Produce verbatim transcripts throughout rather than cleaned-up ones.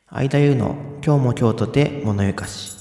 相田優の今日も京都で物ゆかし。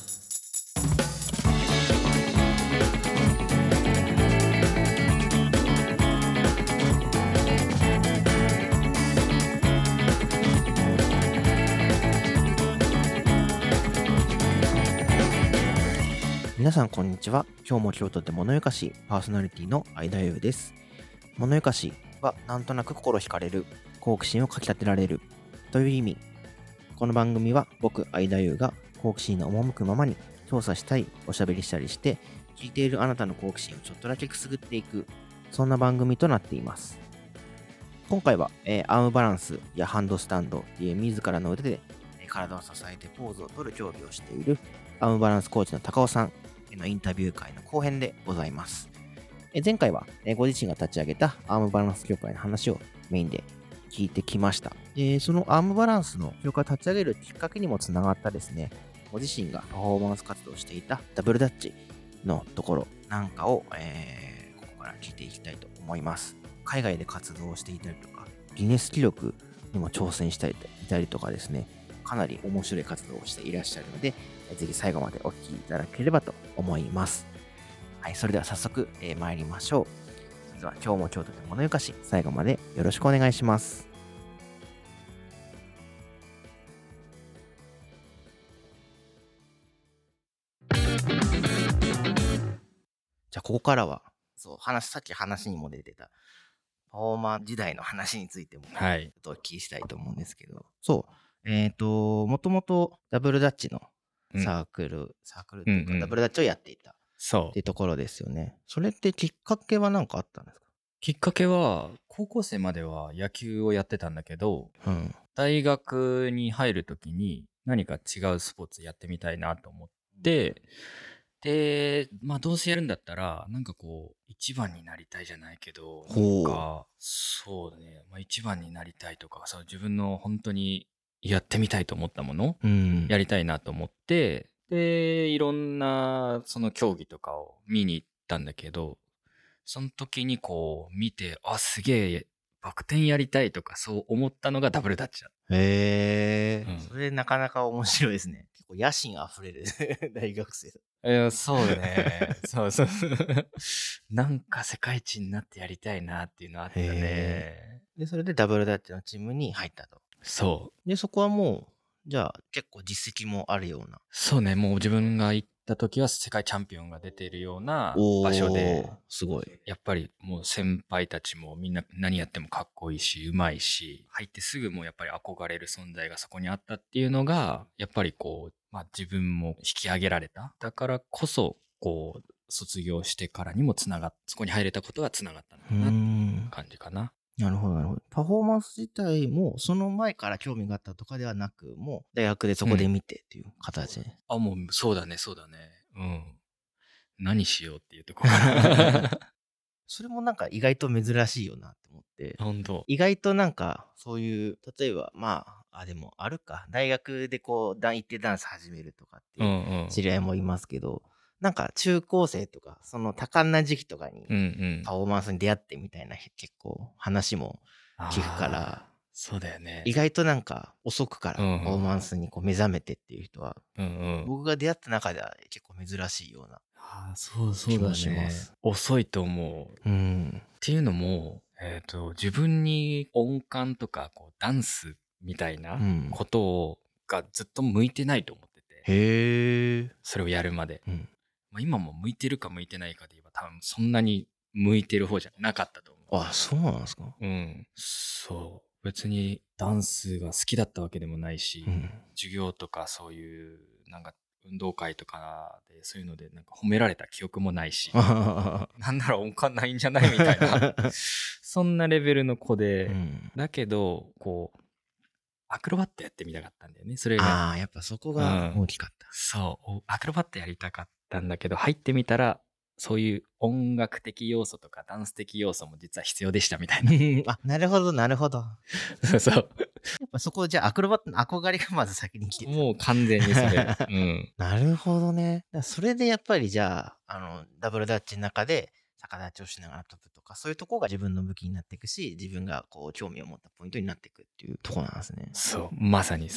皆さんこんにちは。今日も京都で物ゆかしパーソナリティの相田優です。物ゆかしはなんとなく心惹かれる、好奇心をかき立てられるという意味。この番組は僕相田優が好奇心の赴くままに調査したりおしゃべりしたりして、聞いているあなたの好奇心をちょっとだけくすぐっていく、そんな番組となっています。今回は、えー、アームバランスやハンドスタンドっていう自らの腕で、えー、体を支えてポーズを取る競技をしているアームバランスコーチの高尾さんへのインタビュー会の後編でございます。えー、前回は、えー、ご自身が立ち上げたアームバランス協会の話をメインで聞いてきました。で、そのアームバランスの協会を立ち上げるきっかけにもつながったですね、ご自身がパフォーマンス活動をしていたダブルダッチのところなんかを、えー、ここから聞いていきたいと思います。海外で活動をしていたりとか、ギネス記録にも挑戦したりいたりとかですね、かなり面白い活動をしていらっしゃるので、ぜひ最後までお聞きいただければと思います。はい、それでは早速、えー、参りましょう。それでは今日も京都で物ゆかし、最後までよろしくお願いします。じゃあここからは、そう話さっき話にも出てたパフォーマー時代の話についてもちょはい。 っとお聞きしたいと思うんですけど、そうえっ、ともともとダブルダッチのうん。 サークル、サークルっていうか、 うんうん。 ダブルダッチをやっていたっそう。 ていうところですよね。それってきっかけは何かあったんですか？ きっかけは、高校生までは野球をやってたんだけど、 うん。 大学に入るときに何か違うスポーツやってみたいなと思って、で、まあどうせやるんだったら、なんかこう、一番になりたいじゃないけど、なんほう。 か、そうだね、まあ一番になりたいとか、そう自分の本当にやってみたいと思ったもの、 うん。 やりたいなと思って、で、いろんなその競技とかを見に行ったんだけど、その時にこう見て、あ、すげえ、バク転やりたいとかそう思ったのがダブルダッチだ。 へえ、 うん。 それなかなか面白いですね。結構野心あふれる大学生だ。 いや、そうだね。そうそうそう。なんか世界一になってやりたいなっていうのあったへえ。 ね。 で、それでダブルダッチのチームに入ったと。 そう。 で、そこはもう、じゃあ結構実績もあるような。 そうね、もう自分が行った時は世界チャンピオンが出ているような場所で、 おー、すごい。 やっぱりもう先輩たちもみんな何やってもかっこいいし、うまいし、入ってすぐもうやっぱり憧れる存在がそこにあったっていうのが、やっぱりこう、まあ自分も引き上げられた。だからこそ、こう、卒業してからにもつながっ、そこに入れたことがつながったのかうーなってん。 感じかな。 なるほど、なるほど。パフォーマンス自体も、その前から興味があったとかではなく、もう大学でそこで見てっていう形で。 あ、もうそうだね、そうだね。うん。何しようっていうところから。 それもなんか意外と珍しいよなって思って。 本当。 意外となんか、そういう、例えば、まあ、あ、でもあるか。大学でこう、ダン行ってダンス始めるとかってういうんうん。 知り合いもいますけど、なんか中高生とか、その多感な時期とかにうんうん。 パフォーマンスに出会ってみたいな結構話も聞くから、 ああ、そうだよね。 意外となんか遅くからうんうんパフォーマンスにこう目覚めてっていう人は、 うんうん。 僕が出会った中では結構珍しいようなああ、そうそう気もだねします。。 遅いと思う。っうん。 ていうのも、えっと、自分に音感とか、こう、ダンスみたいうなんことを、がずっと向いてないと思ってて、 へえ。 それをやるまで。 うん。 まあ、今も向いてるか向いてないかで言えば、多分そんなに向いてる方じゃなかったと思あ、そうなんですか。 う。うん。そう。別にダンスが好きだったわけでもないし、 うん。 授業とかそういう、なんか、運動会とかでそういうのでなんか褒められた記憶もないし、なんなら音感ないんじゃないみたいな、そんなレベルの子で、 うん、 だけど、こう、アクロバットやってみたかったんだよね、それが。 ああ、やっぱそこが大きかった。 そう、アクロバットやりたかったんだけど、入ってみたら、そういう音楽的要素とかダンス的要素も実は必要でしたみたいな。 あ、なるほど、なるほど。 そうそう。 やっぱそこじゃあアクロバットの憧れがまず先に来てた。 もう完全にそれ。うん。 なるほどね。だからそれでやっぱりじゃあ、あの、ダブルダッチの中で逆立ちをしながら飛ぶとか、そういうところが自分の武器になっていくし、自分がこう興味を持ったポイントになっていくっていうところなんですね。 そう、まさにそう。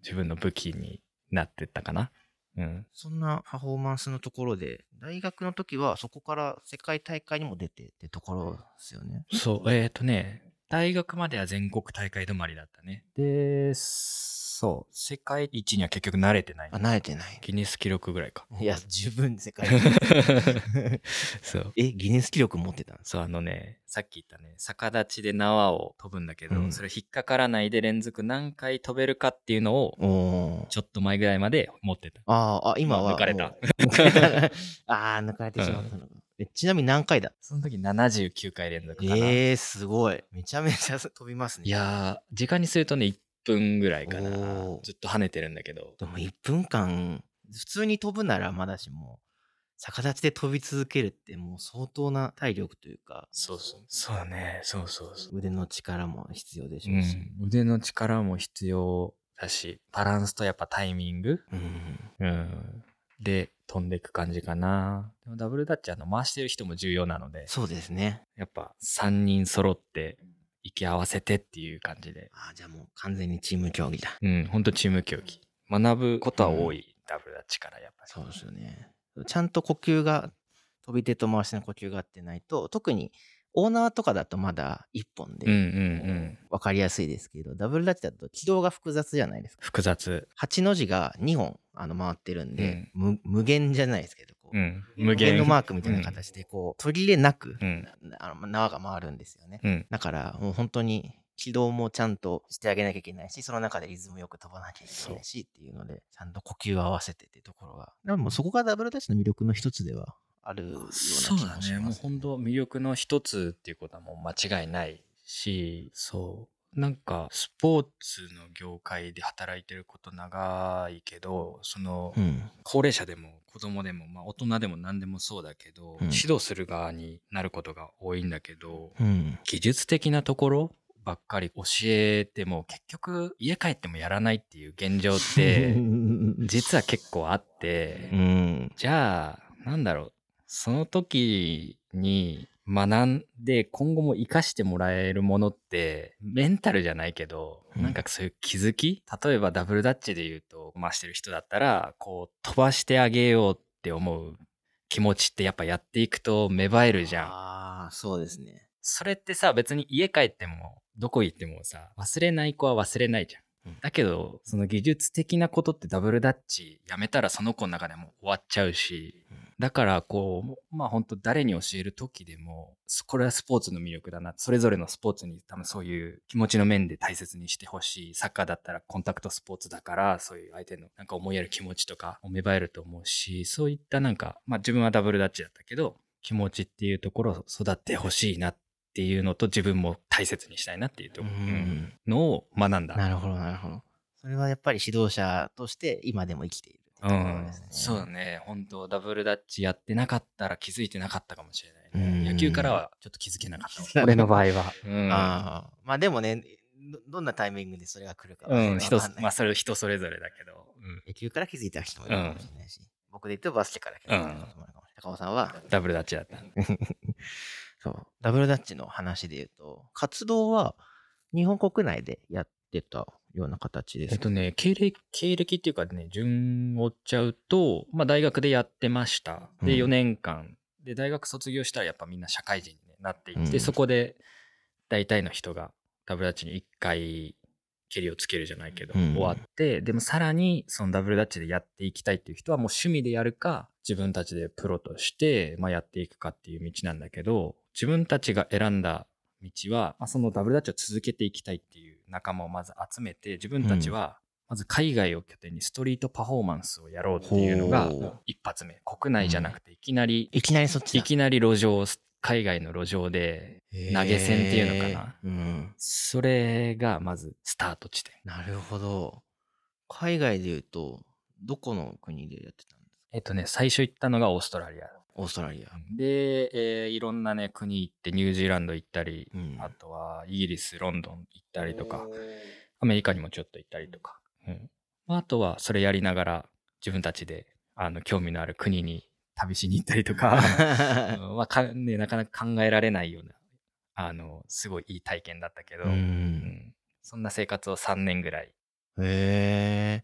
自分の武器になってったかな。うん。 そんなパフォーマンスのところで、大学の時はそこから世界大会にも出てってところですよね。 そう、えっ、ー、とね、大学までは全国大会止まりだったね。で、そう、世界一には結局慣れてない。 あ、慣れてない。 ギネス記録ぐらいか。 いや、十分世界そう。 え、ギネス記録持ってたんですか？ そう、あのね、さっき言ったね、逆立ちで縄を飛ぶんだけど、 うんそれ引っかからないで連続何回飛べるかっていうのを、 おーちょっと前ぐらいまで持ってた。 あーあ、今はまあ抜かれたもう抜かれた。ああ、抜かれてしまったのか。えちなみに何回だ？ その時ななじゅうきゅうかい連続かな。 ええー、すごい。めちゃめちゃ飛びますね。 いやー、時間にするとね、いっぷんぐらいかなお。ーずっと跳ねてるんだけど。 でもいっぷんかん、普通に飛ぶならまだしも、逆立ちで飛び続けるってもう相当な体力というか、 そうそう。そうだね。そうそうそう。 腕の力も必要でしうょうし。 ん。腕の力も必要だし、バランスとやっぱタイミング、 うん。 うん、で飛んでいく感じかな。でもダブルダッチあの回してる人も重要なので、 そうですね。 やっぱさんにん揃って息合わせてっていう感じで。 ああ、じゃあもう完全にチーム競技だ。 うん、ほんとチーム競技。学ぶことは多い、ダブルダッチからやっぱり。 そうですよね。ちゃんと呼吸が、飛び手と回しの呼吸が合ってないと、特に大縄とかだとまだいっぽんで、 うんうんうん。 わかりやすいですけど、ダブルダッチだと軌道が複雑じゃないですか。 複雑。 はちの字がにほんあの回ってるんで、無無限じゃないですけど、こううん。 無無限限のマークみたいな形で、こう、途切れなく、 うん。 あの縄が回るんですよね。 うん。 だから、もう本当に軌道もちゃんとしてあげなきゃいけないし、その中でリズムよく飛ばなきゃいけないしっていうので、ちゃんと呼吸を合わせてっていうところが。でもそこがダブルダッチの魅力の一つではあるような気もします、 そうだね。もう本当魅力の一つっていうことはもう間違いないし、そう。なんかスポーツの業界で働いてること長いけど、その、 うん。 高齢者でも子供でも、まあ大人でも何でもそうだけど、 うん指導する側になることが多いんだけど、 うん。 技術的なところばっかり教えても結局家帰ってもやらないっていう現状って実は結構あってう、ん。 じゃあなんだろう、その時に学んで今後も活かしてもらえるものってメンタルじゃないけど、 うんなんかそういう気づき、例えばダブルダッチで言うと回してる人だったらこう飛ばしてあげようって思う気持ちってやっぱやっていくと芽生えるじゃん。 ああ、そうですね。 それってさ、別に家帰ってもどこ行ってもさ、忘れない子は忘れないじゃん。 うんだけどその技術的なことってダブルダッチやめたらその子の中でも終わっちゃうし、 うんだからこうまあ本当誰に教える時でもこれはスポーツの魅力だな、それぞれのスポーツに多分そういう気持ちの面で大切にしてほしい。サッカーだったらコンタクトスポーツだからそういう相手のなんか思いやる気持ちとか芽生えると思うし、そういったなんかまあ自分はダブルダッチだったけど気持ちっていうところを育ってほしいなっていうのと自分も大切にしたいなっていうと、 ううんん、のを学んだ。 なるほど、なるほど。それはやっぱり指導者として今でも生きているってうところんですね。、 そうだね。本当ダブルダッチやってなかったら気づいてなかったかもしれないね。 うん野球からはちょっと気づけなかった。俺の場合は。うん。 ああ、まあでもね、どどんなタイミングでそれが来るかはうん、 わ人かんない。 まあそれ人それぞれだけど、うん、 野球から気づいた人もいるかもしれないし、僕で言うとバスケから気づいた人もいるかもしれない。高尾さんはダブルダッチだった。 そうダブルダッチの話で言うと、活動は日本国内でやってたような形ですか？ えっとね、経歴、経歴っていうかね、順を追っちゃうと、まあ大学でやってました。で、 うんよねんかん。で、大学卒業したらやっぱみんな社会人になっていって、 うんそこで大体の人がダブルダッチにいっかい蹴りをつけるじゃないけど、 うん終わって、でもさらにそのダブルダッチでやっていきたいっていう人はもう趣味でやるか、自分たちでプロとして、まあ、やっていくかっていう道なんだけど、自分たちが選んだ道は、まあ、そのダブルダッチを続けていきたいっていう仲間をまず集めて、自分たちはまず海外を拠点にストリートパフォーマンスをやろうっていうのがほう一発目。国内じゃなくていきなり、 いきなりそっちだ。 いきなり路上、海外の路上で投げ銭っていうのかな。 へーうん。 それがまずスタート地点。 なるほど。海外で言うと、どこの国でやってたんですか？ えっとね、最初行ったのがオーストラリア。 オーストラリア。 で、えーいろんなね、国行って、ニュージーランド行ったり、 うんあとはイギリス、ロンドン行ったりとか、アメリカにもちょっと行ったりとか。うんまあ、あとはそれやりながら、自分たちであの興味のある国に旅しに行ったりとか、うんまあかね、なかなか考えられないような、あの、すごいいい体験だったけど、 ううんんそんな生活をさんねんぐらい。 へえ。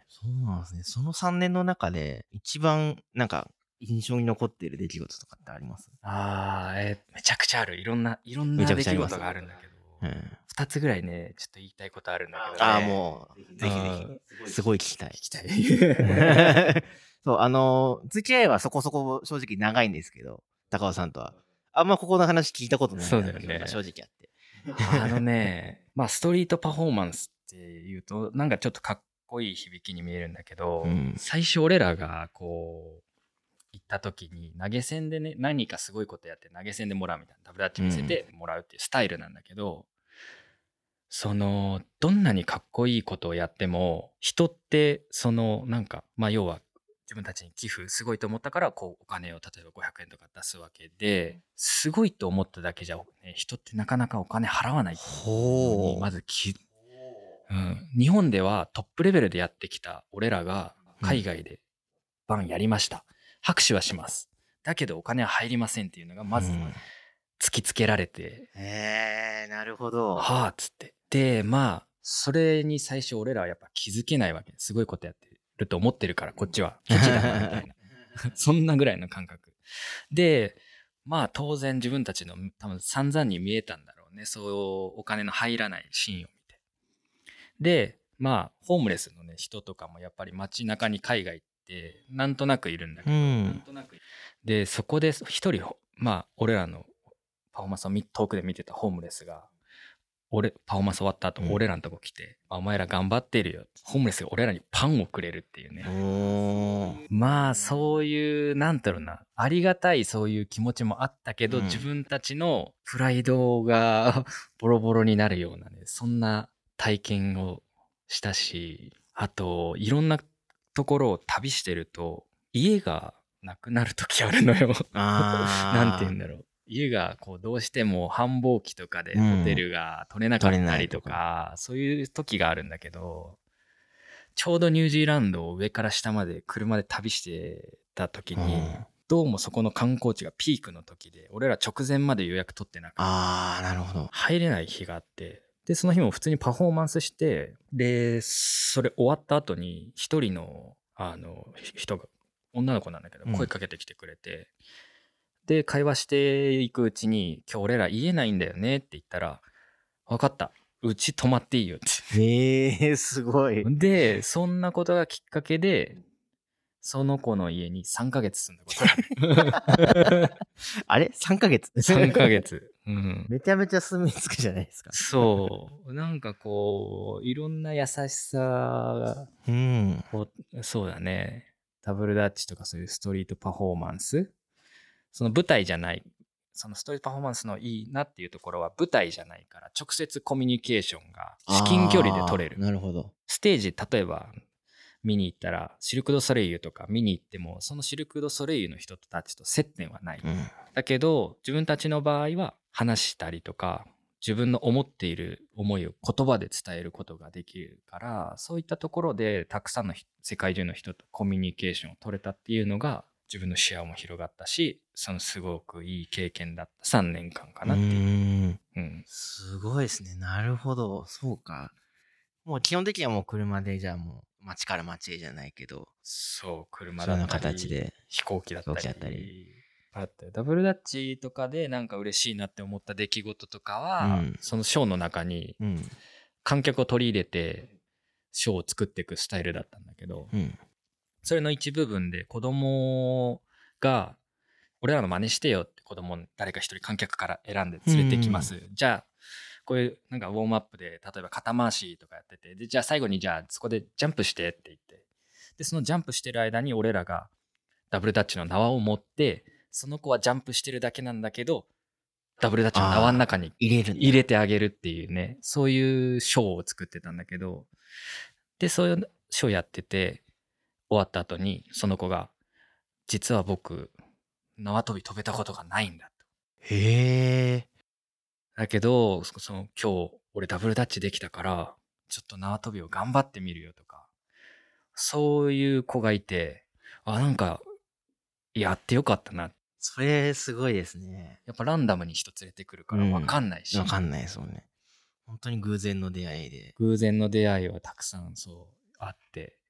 そうなんですね。そのさんねんの中で一番なんか印象に残っている出来事とかってあります？ あー、えーめちゃくちゃある。いろんな、いろんな出来めちゃくちゃあります。 事があるんだけど、 うん。 ふたつぐらいね、ちょっと言いたいことあるんだけどね。 ああ、もう、ぜひぜうんひ。すごい聞きたい。 聞きたい。 そう、あの、付き合いはそこそこ正直長いんですけど、高尾さんとは。あんまここの話聞いたことないなそうだよねっていうのが正直あって。 あのね、まあストリートパフォーマンスっていうと、なんかちょっとかっこいい響きに見えるんだけど、 うん最初俺らがこう、行った時に投げ銭でね、何かすごいことやって投げ銭でもらうみたいな、ダブルダッチ見せてもらうっていうスタイルなんだけど、その、どんなにかっこいいことをやっても、人って、その、なんか、まあ要は、自分たちに寄付すごいと思ったから、こう、お金を例えばごひゃくえんとか出すわけで、すごいと思っただけじゃ、ね、人ってなかなかお金払わないっていうのに、 ほう。 まずき、うん、日本ではトップレベルでやってきた俺らが海外でバンやりました。拍手はします。だけどお金は入りませんっていうのがまずうん突きつけられて、 へえ、なるほど。 はあっつって。で、まあ、それに最初俺らはやっぱ気づけないわけ。すごいことやってると思ってるから、こっちは。ケチだな、みたいな。そんなぐらいの感覚。で、まあ当然自分たちの多分散々に見えたんだろうね。そうお金の入らないシーンを見て。で、まあホームレスのね、人とかもやっぱり街中に海外ってなんとなくいるんだけど、 うんなんとなくで、そこで一人、まあ俺らのパフォーマンスを遠くで見てたホームレスが、俺、パフォーマンス終わった後、 うん俺らのとこ来て、あお前ら頑張ってるよ。ホームレスが俺らにパンをくれるっていうね。 おーまあ、そういう、なんだろうな、ありがたいそういう気持ちもあったけど、 うん自分たちのプライドがボロボロになるようなね、そんな体験をしたし、あと、いろんなところを旅してると、家がなくなる時あるのよ。 あーなんて言うんだろう。家がこうどうしても繁忙期とかでホテルが取れなかったりとか、そういう時があるんだけど、ちょうどニュージーランドを上から下まで車で旅してた時に、 うんどうもそこの観光地がピークの時で、俺ら直前まで予約取ってなくて、 あー、なるほど。 入れない日があって、で、その日も普通にパフォーマンスして、で、それ終わった後に一人の、あの、人が、女の子なんだけど、 うん声かけてきてくれて、で、会話していくうちに、今日俺ら言えないんだよねって言ったら、分かった。うち泊まっていいよって。 えー、すごい。 で、そんなことがきっかけで、その子の家にさんかげつ住んだことある。 あれ ?さん ヶ月さんかげつ。うん。 めちゃめちゃ住み着くじゃないですか。 そう。なんかこう、いろんな優しさが、 うん。 こうそうだね。ダブルダッチとかそういうストリートパフォーマンス。その舞台じゃない。そのストリートパフォーマンスのいいなっていうところは舞台じゃないから、直接コミュニケーションが至近距離で取れる。 あーなるほど。 ステージ、例えば見に行ったら、シルク・ドゥ・ソレイユとか見に行っても、そのシルク・ドゥ・ソレイユの人たちと接点はない。 うん。 だけど、自分たちの場合は話したりとか、自分の思っている思いを言葉で伝えることができるから、そういったところでたくさんの世界中の人とコミュニケーションを取れたっていうのが、自分の視野も広がったし、そのすごくいい経験だったさんねんかんかなっていう。 うんうん。 すごいですね。なるほど。そうか。もう基本的にはもう車でじゃあもう街から街へじゃないけど、 そう、車そんなだったり、 形で。 飛行機だったり。 飛行機だったりあったよダブルダッチとかでなんか嬉しいなって思った出来事とかは、 うんそのショーの中にうん。 観客を取り入れてショーを作っていくスタイルだったんだけど、 うん。 それの一部分で子供が俺らの真似してよって子供誰か一人観客から選んで連れてきます。じゃあこういうなんかウォームアップで例えば肩回しとかやってて、でじゃあ最後にじゃあそこでジャンプしてって言って、でそのジャンプしてる間に俺らがダブルダッチの縄を持って、その子はジャンプしてるだけなんだけど、ダブルダッチの縄の中に入れるんだ入れてあげるっていうね、そういうショーを作ってたんだけど、で、そういうショーやってて、終わった後にその子が、実は僕、縄跳び飛べたことがないんだと。 へえ。 だけど、そその今日俺ダブルダッチできたから、ちょっと縄跳びを頑張ってみるよとか、そういう子がいて、あ、なんか、やってよかったな。 それすごいですね。 やっぱランダムに人連れてくるから分かんないし、 わかんないですもんね。本当に偶然の出会いで。 偶然の出会いはたくさんそうあって、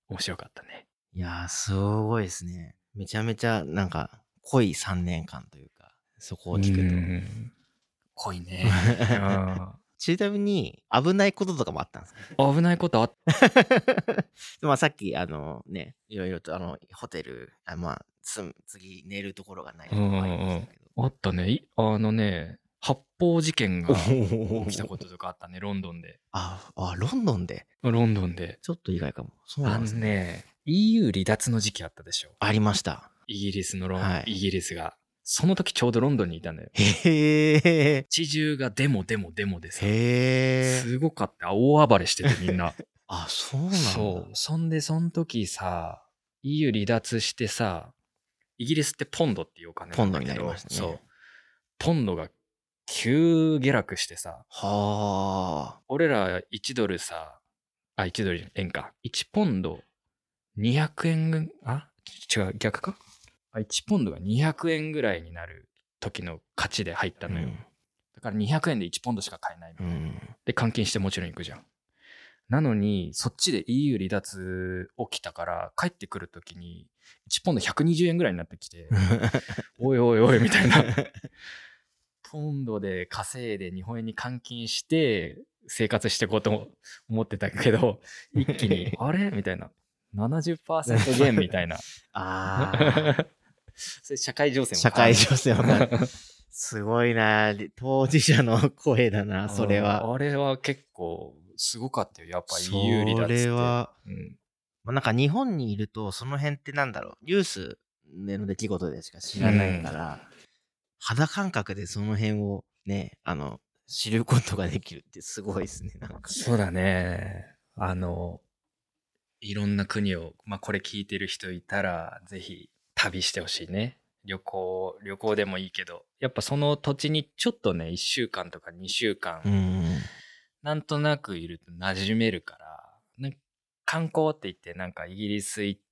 面白かったね。 いやー、すごいですね。めちゃめちゃ、なんか、濃いさんねんかんというか、そこを聞くと。 うん濃いね。 ちなみに、危ないこととかもあったんですか？ うん危ないことあっまあさっき、あのね、いろいろと、あの、ホテル、あまあ、住む、次寝るところがないとうんかもありうんましたけど。 あったね。いあのね、発砲事件がお起きたこととかあったね、ロンドンで。 あ、あ、ロンドンで。 ロンドンで。 ちょっと意外かも。そうあのなんですね。 ね、イーユー 離脱の時期あったでしょ。 ありました。 イギリスのロン、 はいイギリスが。その時ちょうどロンドンにいたんだよ。 へえ。 地中がデモデモデモでさ、 へえ。 すごかった。大暴れしててみんな。 あ、そうなんだ。 そう。そんで、その時さ、イーユー 離脱してさ、イギリスってポンドっていうお金なんだけど、 ポンドになりましたねそう。ポンドが急下落してさ、 はあ。 俺らいちドルさ、あ、いちドル円か。いちポンドにひゃくえんぐ、あ違う、逆かあ ?いちポンドがにひゃくえんぐらいになる時の価値で入ったのよ。だからにひゃくえんでいちポンドしか買えないみたいな。 うん。 で、換金してもちろん行くじゃん。なのに、そっちで イーユー 離脱起きたから、帰ってくるときに、いちポンドひゃくにじゅうえんぐらいになってきて、おいおいおいみたいな。ポンドで稼いで日本円に換金して生活していこうと思ってたけど、一気に、あれみたいな。ななじゅっパーセント 減みたいな。 ああ。 それ社会情勢も社会情勢わかる。すごいな。当事者の声だな、それは。 あれは結構すごかったよ。やっぱ イーユー 離脱って。 それは、 うんまあ、なんか日本にいると、その辺ってなんだろう、ニュースでの出来事でしか知らないから、うん、肌感覚でその辺をね、あの、知ることができるってすごいですね、なんか。 そうだね。あの、いろんな国を、まあこれ聞いてる人いたら、ぜひ旅してほしいね。旅行、旅行でもいいけど、やっぱその土地にちょっとね、いっしゅうかんとかにしゅうかん、 うん、 なんとなくいると馴染めるから、なんか観光って言ってなんかイギリス行って、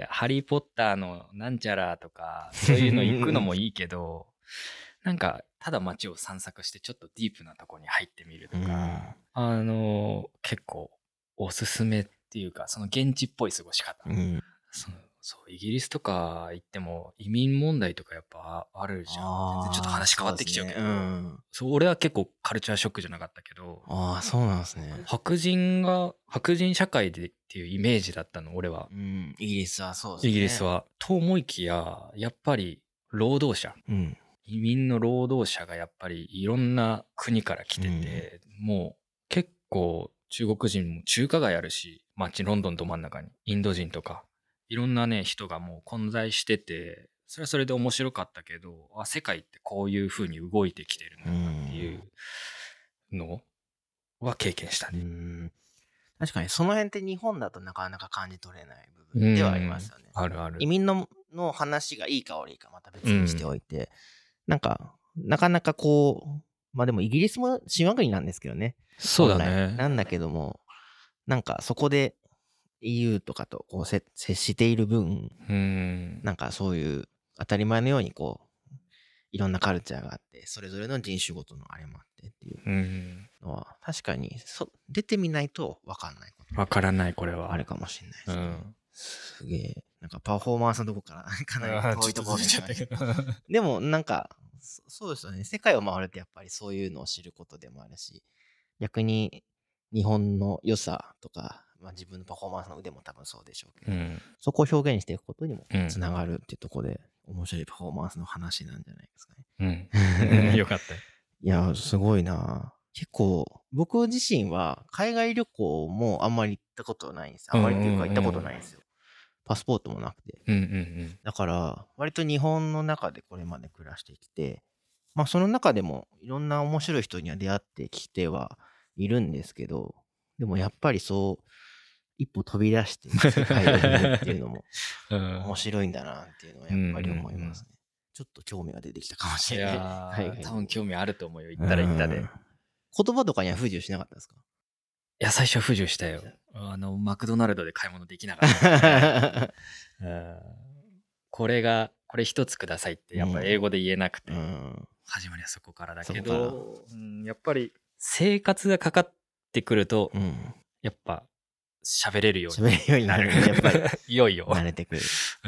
ハリーポッターのなんちゃらとか、そういうの行くのもいいけど、なんかただ街を散策してちょっとディープなとこに入ってみるとか、うん、あの、結構おすすめっていうか、その現地っぽい過ごし方。うん、そのそうイギリスとか行っても移民問題とかやっぱあるじゃん。全然ちょっと話変わってきちゃうけど、そう、ねうん、そう俺は結構カルチャーショックじゃなかったけど、 ああそうなんですね。 白人が白人社会でっていうイメージだったの俺は、 うん、イギリスはそうですね。 イギリスはと思いきややっぱり労働者、うん、移民の労働者がやっぱりいろんな国から来てて、うん、もう結構中国人も中華街あるし、街ロンドンど真ん中にインド人とかいろんなね人がもう混在してて、それはそれで面白かったけど、あ世界ってこういう風に動いてきてるんだなっていうのは経験したね。 うん確かにその辺って日本だとなかなか感じ取れない部分ではありますよね。 あるある。 移民のの話がいいか悪いかまた別にしておいて、うん、なんかなかなかこうまあでもイギリスも島国なんですけどね。 そうだね。 なんだけどもなんかそこで イーユー とかとこう接している分、うん、なんかそういう当たり前のようにこういろんなカルチャーがあってそれぞれの人種ごとのあれもあってっていうのは、うん、確かにそ出てみないと分かんないこと分からないこれはあるかもしれないですね、うん、すげえなんかパフォーマンスのとこからかなり遠いところでしたけどでもなんかそうですよね世界を回るとやっぱりそういうのを知ることでもあるし逆に日本の良さとか、まあ、自分のパフォーマンスの腕も多分そうでしょうけど、うん、そこを表現していくことにもつながるっていうところで、うん、面白いパフォーマンスの話なんじゃないですかね。うん、よかった。 いやすごいな。結構僕自身は海外旅行もあんまり行ったことないんです。あんまりっていうか行ったことないんですよ。パスポートもなくて、 うんうんうん、 だから割と日本の中でこれまで暮らしてきて、まあその中でもいろんな面白い人には出会ってきてはいるんですけど、でもやっぱりそう一歩飛び出して世界を見るっていうのも面白いんだなっていうのはやっぱり思いますね。うんうんうん、ちょっと興味が出てきたかもしれない。いやー、多分興味あると思うよ。行ったら行ったで。 言葉とかには不自由しなかったですか？ いや最初は不自由したよ。あのマクドナルドで買い物できなかった、ねうん。これがこれ一つくださいってやっぱ英語で言えなくて、うん、始まりはそこからだけど、うん、やっぱり生活がかかってくると、うん、やっぱ喋れるよう喋れるようになるね、やっぱり。 いよいよ。 慣れてくる。 うん。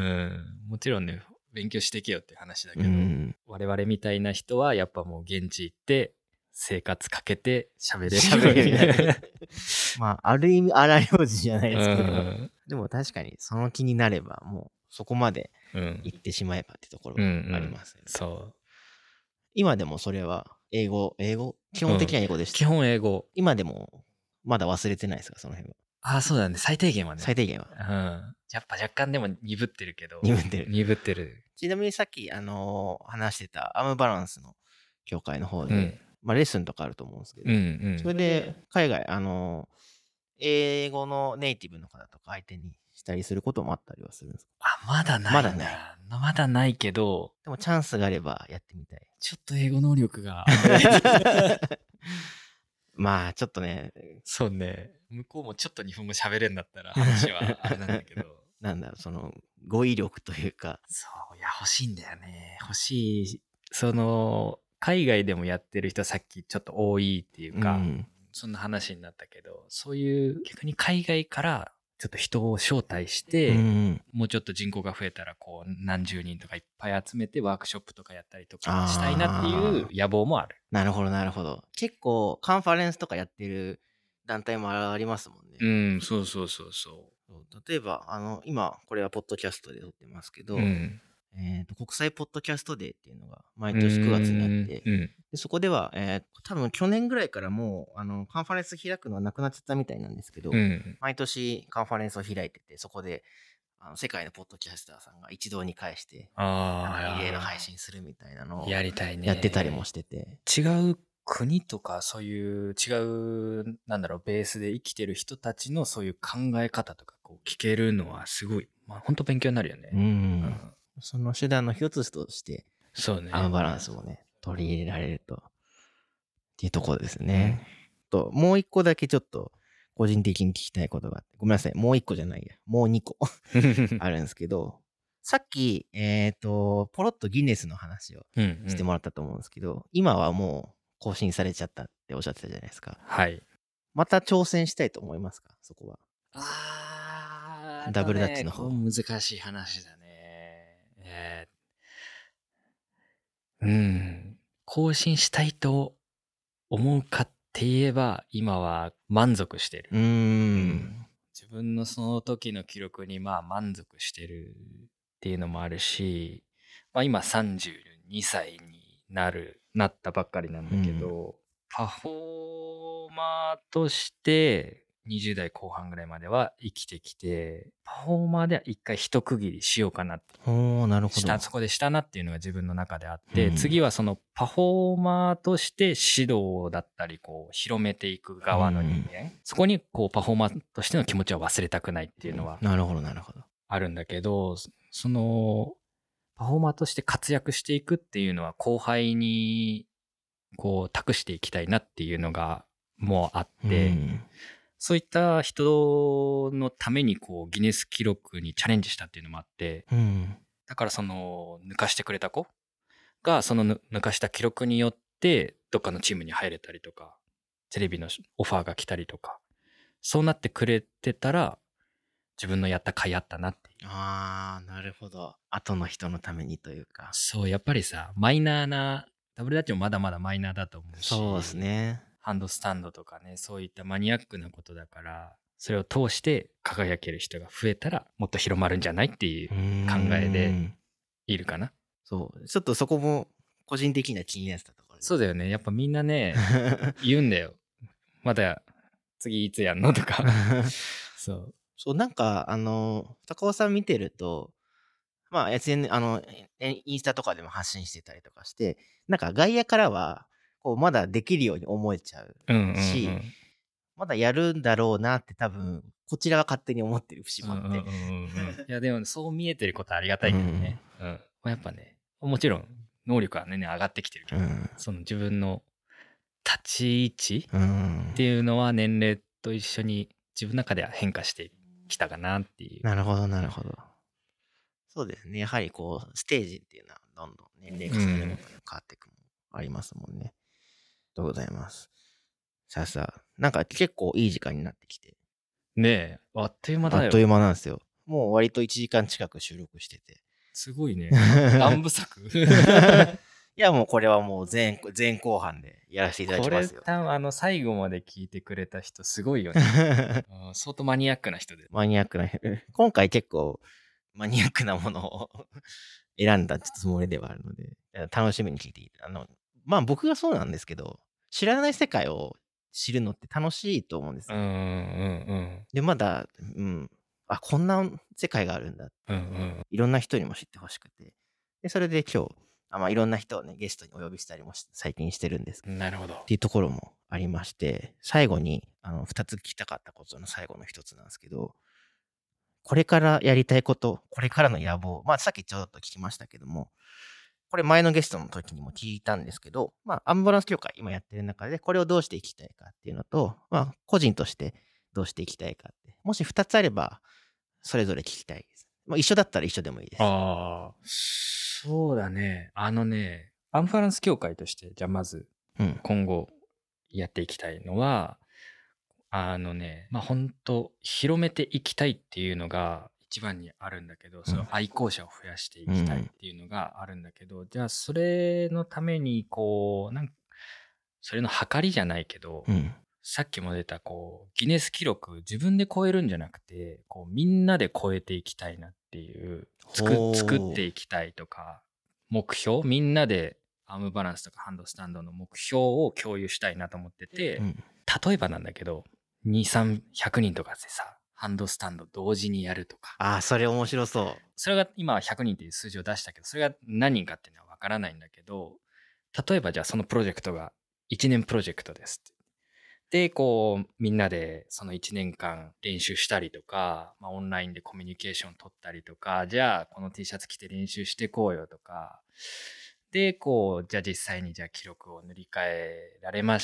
もちろんね、勉強してけよって話だけど、 うん。 我々みたいな人はやっぱもう現地行って生活かけて喋れる喋れるようになる。まあ、ある意味荒療治じゃないですけど、 うんでも確かにその気になれば、もうそこまでうん行ってしまえばってところうんがありますよね。 そ今でもそれは英語、英語基本的には英語でう。 した。 基本英語。 今でもまだ忘れてないですか、その辺は。 ああ、そうだね。最低限はね。 最低限は。 うん。やっぱ若干でも鈍ってるけど。 鈍ってる。 鈍ってる。 ちなみにさっき、あのー話してたアームバランスの協会の方で、 うんまあレッスンとかあると思うんですけど、 うんうん。 それで海外、あのー英語のネイティブの方とか相手にしたりすることもあったりはするんですか？ あ、まだない。 まだない。 まだないけど、 でもチャンスがあればやってみたい。 ちょっと英語能力が。 まあ、ちょっとね、 そうね。向こうもちょっと日本語喋れんだったら話はあれなんだけど。 なんだろう、その、語彙力というか。 そう、いや、欲しいんだよね。欲しい。その、海外でもやってる人さっきちょっと多いっていうか、 うんそんな話になったけど、そういう逆に海外からちょっと人を招待して、 うんもうちょっと人口が増えたらこう何十人とかいっぱい集めてワークショップとかやったりとかあーしたいなっていう野望もある。 なるほど、なるほど。結構、カンファレンスとかやってる団体もありますもんね。 うん、そうそうそうそそう例えば、あの、今、これはポッドキャストで撮ってますけう。 ど、 うん。 えーと国際ポッドキャストデーっていうのが毎年くがつにあって、 うん。 でそこでは、えー多分去年ぐらいからもうあのカンファレンス開くのはなくなっちゃったみたいなんですけど、 うん。 毎年カンファレンスを開いてて、そこであの世界のポッドキャスターさんが一堂に会して、 ああ。 異例の配信するみたいなのをやりたいね。 やってたりもしてて。 違う国とかそういう違うなんだろうベースで生きてる人たちのそういう考え方とかこう聞けるのはすごい、まあ本当勉強になるよね。 うん。 うんその手段の一つとして、 そうね。 アームバランスをね、取り入れられると。っていうところですね。と、もう一個だけちょっと、個人的に聞きたいことがあって、ごめんなさい、もう一個じゃないや、もう二個あるんですけど、さっき、えっと、ポロッとギネスの話をうんうんしてもらったと思うんですけど、今はもう更新されちゃったっておっしゃってたじゃないですか。 はい。 また挑戦したいと思いますか、そこは。 あーダブルダッチの方あとねこう難しい話だね。えーうん。更新したいと思うかって言えば、今は満足してる。 うーん。 自分のその時の記録にまあ満足してるっていうのもあるし、まあ今さんじゅうにさいになる、なったばっかりなんだけど、パフォーマーとしてにじゅう代後半ぐらいまでは生きてきて、パフォーマーでは一回一区切りしようかなって。 おー、なるほど。 した、そこでしたなっていうのが自分の中であって、 うん次はそのパフォーマーとして指導だったり、こう、広めていく側の人間、そこにこう、パフォーマーとしての気持ちは忘れたくないっていうのはなるほど、なるほど。 あるんだけど、その、パフォーマーとして活躍していくっていうのは後輩に、こう、託していきたいなっていうのがもうあって、 うんそういった人のためにこう、ギネス記録にチャレンジしたっていうのもあって、 うんだからその抜かしてくれた子がそのぬ抜かした記録によってどっかのチームに入れたりとかテレビのオファーが来たりとかそうなってくれてたら自分のやった甲斐あったなっていう。 あー、なるほど。後の人のためにというか。 そうやっぱりさマイナーなダブルダッチもまだまだマイナーだと思うしそうですね。 ハンドスタンドとかねそういったマニアックなことだからそれを通して輝ける人が増えたらもっと広まるんじゃないっていう考えでうんいるかな。 そう。ちょっとそこも個人的には気になってたところです。 そうだよね。やっぱみんなね、言うんだよ。まだ次いつやんのとか。そう。 そう、なんか、あの、高尾さん見てると、まあ、エスエヌ、あの、えインスタとかでも発信してたりとかして、なんか外野からは、こう、まだできるように思えちゃううんうんうん。 し、まだやるんだろうなって多分、こちらは勝手に思ってる節もあって。 うんうんうんうんいやでもそう見えてることはありがたいけどね。うん。まあやっぱね、もちろん能力はね、上がってきてるけど、 うん。 その自分の立ち位置うんっていうのは年齢と一緒に自分の中では変化してきたかなっていう。 なるほど、なるほど。そうですね。やはりこう、ステージっていうのはどんどん年齢重ねるごとに変わっていくもありますもんね。ありがとうございます。さあさあ、なんか結構いい時間になってきて。 ねえ、あっという間だよ。 あっという間なんですよ。もう割といちじかん近く収録してて。 すごいね。何部作いや、もうこれはもう前前後半でやらせていただこきますよ。 れ多分あの最後まで聞いてくれた人すごいよね。あー相当マニアックな人で。 マニアックな、今回結構マニアックなものを選んだつもりではあるので、楽しみに聞いていた。あの、まあ僕がそうなんですけど、知らない世界を知るのって楽しいと思うんですよ。 うんうんうんで、まだ、うん、あ、こんな世界があるんだ。 うんうんいろんな人にも知ってほしくて。で、それで今日、あまあ、いろんな人をね、ゲストにお呼びしたりもし最近してるんですけど、 うん。なるほどっ。ていうところもありまして、最後に、あの、二つ聞きたかったことの最後の一つなんですけど、これからやりたいこと、これからの野望、まあ、さっきちょっと聞きましたけども、これ前のゲストの時にも聞いたんですけど、まあ、アンバランス協会今やってる中で、これをどうしていきたいかっていうのと、まあ、個人としてどうしていきたいかって、もし二つあれば、それぞれ聞きたいです。まあ、一緒だったら一緒でもいいです。 ああ、そうだね。あのね、アンファランス協会として、じゃあまずうん。 今後やっていきたいのは、あのね、まあ本当広めていきたいっていうのが一番にあるんだけど、その愛好者を増やしていきたいっていうのがあるんだけど、じゃあそれのためにこう、なんそれの計りじゃないけど、 うん。 さっきも出たこうギネス記録自分で超えるんじゃなくてこうみんなで超えていきたいなっていうほう作作っていきたいとか目標みんなでアームバランスとかハンドスタンドの目標を共有したいなと思ってて、 うん。 例えばなんだけどにせんさんびゃくにんとかでさハンドスタンド同時にやるとか、 ああ、それ面白そう。 それが今はひゃくにんっていう数字を出したけどそれが何人かっていうのは分からないんだけど、例えばじゃあそのプロジェクトがいちねんプロジェクトですってで、こう、みんなでそのいちねんかん練習したりとか、まあ、オンラインでコミュニケーション取ったりとか、じゃあこの T シャツ着て練習してこうよとか、で、こう、じゃあ実際にじゃあ記録を塗り替えられます。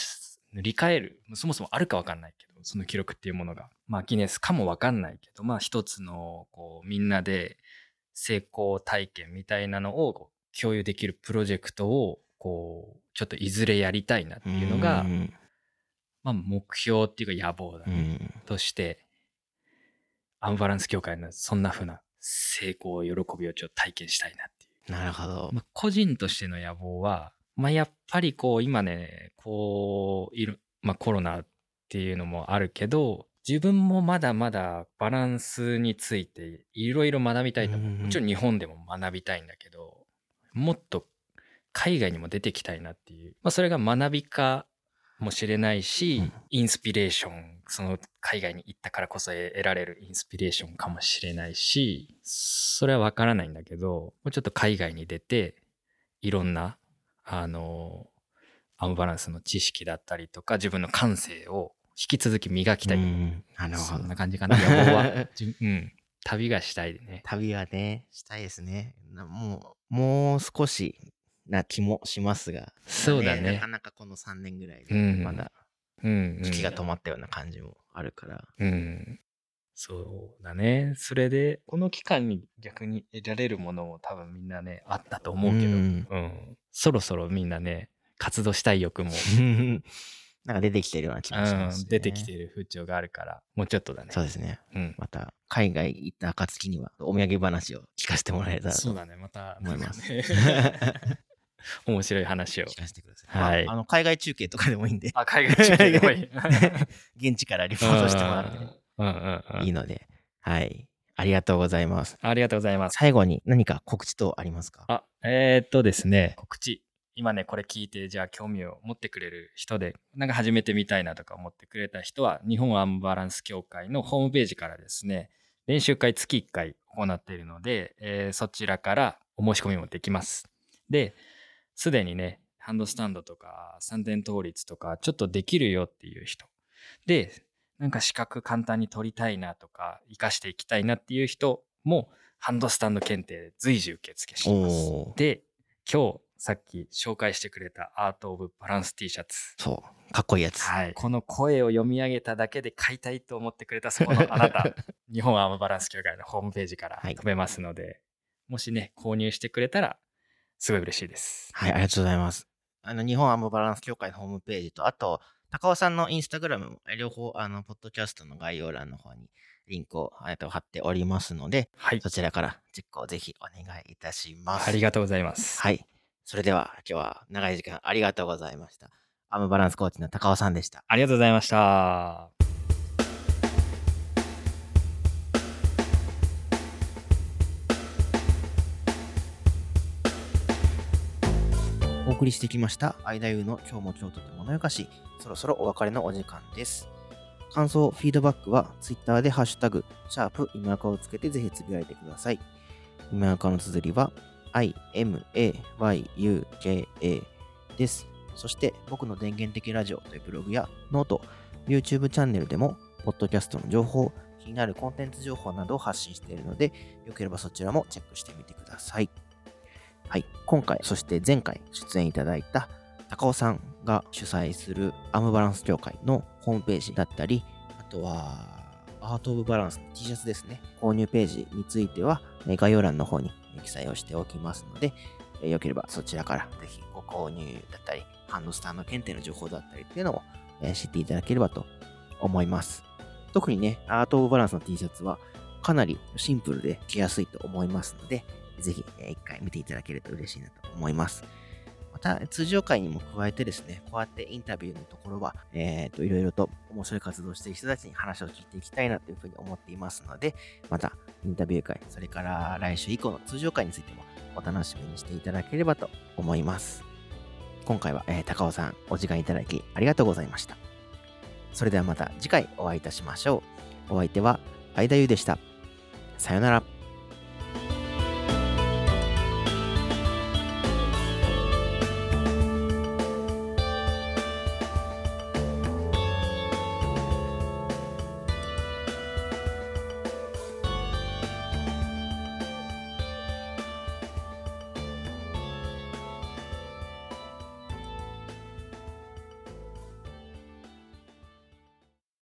塗り替える。そもそもあるかわかんないけど、その記録っていうものが。まあギネスかもわかんないけど、まあ一つの、こう、みんなで成功体験みたいなのをこう共有できるプロジェクトを、こう、ちょっといずれやりたいなっていうのが、 うんまあ、目標っていうか野望だね。 うんとして、アンバランス協会のそんな風な成功、喜びをちょっと体験したいなっていう。 なるほど。 まあ、個人としての野望は、まあ、やっぱりこう、今ね、こう、いる、まあ、コロナっていうのもあるけど、自分もまだまだバランスについていろいろ学びたいと思う。 うんもちろん日本でも学びたいんだけど、もっと海外にも出てきたいなっていう。まあ、それが学びかもしれないし、 うんインスピレーション、その海外に行ったからこそ得られるインスピレーションかもしれないし、それはわからないんだけど、もうちょっと海外に出て、いろんな、あの、アームバランスの知識だったりとか、自分の感性を引き続き磨きたいと思う。 うんなるほどそんな。感じかな、野望は。じうん。旅がしたいね。 旅はね、したいですね。なもう、もう少しな気もしますが。 そうだねなかなかこのさんねんぐらいで、 うんまだうん、うん。 時が止まったような感じもあるから。 うん。そうだね。それで、この期間に逆に得られるものも多分みんなね、あったと思うけど、 ううんん。そろそろみんなね、活動したい欲も、 なんか出てきてるような気うがします、ねん、出てきてる風潮があるから、もうちょっとだね。 そうですね。 うん。 また、海外行った暁には、お土産話を聞かせてもらえたらとそうだね。また、 思います。 なんかね面白い話を。 聞かせてください。 はいまあ、あの海外中継とかでもいいんで、 あ、海外中継でもいい。 現地からリポートしてもらってもうんうんうん。 いいので、はい。ありがとうございます。 ありがとうございます。 最後に何か告知等ありますか？ あ、えー、っとですね、告知。今ね、これ聞いて、じゃあ興味を持ってくれる人で、なんか始めてみたいなとか思ってくれた人は、日本アームバランス協会のホームページからですね、練習会月いっかい行っているので、えーそちらからお申し込みもできます。で、すでにね、ハンドスタンドとか三点倒立とかちょっとできるよっていう人。で、なんか資格簡単に取りたいなとか、活かしていきたいなっていう人も、ハンドスタンド検定随時受付してます。 おーで、今日さっき紹介してくれたアート・オブ・バランス T シャツ。 そう。かっこいいやつ。 はい。この声を読み上げただけで買いたいと思ってくれたそこのあなた、日本アームバランス協会のホームページからはい飛べますので、もしね、購入してくれたら、すごい嬉しいです。 はい、ありがとうございます。あの、日本アームバランス協会のホームページと、あと、 高尾さんのインスタグラムも両方、あの、ポッドキャストの概要欄の方にリンクをえっと貼っておりますので、 はい。 そちらからチェックをぜひお願いいたします。 ありがとうございます。 はい。それでは今日は長い時間ありがとうございました。アームバランスコーチの高尾さんでした。 ありがとうございました。 お送りしてきました間優の今日も今日とてものよかし、そろそろお別れのお時間です。感想、フィードバックは Twitter でハッシュタグ、シャープ今赤をつけてぜひつぶやいてください。今赤の綴りは アイエムエーワイユーケーエー です。そして僕の電源的ラジオというブログやノート、YouTube チャンネルでもポッドキャストの情報、気になるコンテンツ情報などを発信しているので、よければそちらもチェックしてみてください。はい、今回、そして前回出演いただいた高尾さんが主催するアームバランス協会のホームページだったり、あとはアートオブバランスの T シャツですね、購入ページについては概要欄の方に記載をしておきますので、よければそちらからぜひご購入だったり、ハンドスタンド検定の情報だったりっていうのを知っていただければと思います。特にね、アートオブバランスの T シャツはかなりシンプルで着やすいと思いますので、ぜひ一回見ていただけると嬉しいなと思います。また、通常会にも加えてですね、こうやってインタビューのところは、えっと、いろいろと面白い活動をしている人たちに話を聞いていきたいなというふうに思っていますので、また、インタビュー会、それから来週以降の通常会についてもお楽しみにしていただければと思います。今回は、えー、高尾さん、お時間いただきありがとうございました。それではまた次回お会いいたしましょう。お相手は、相田優でした。さよなら。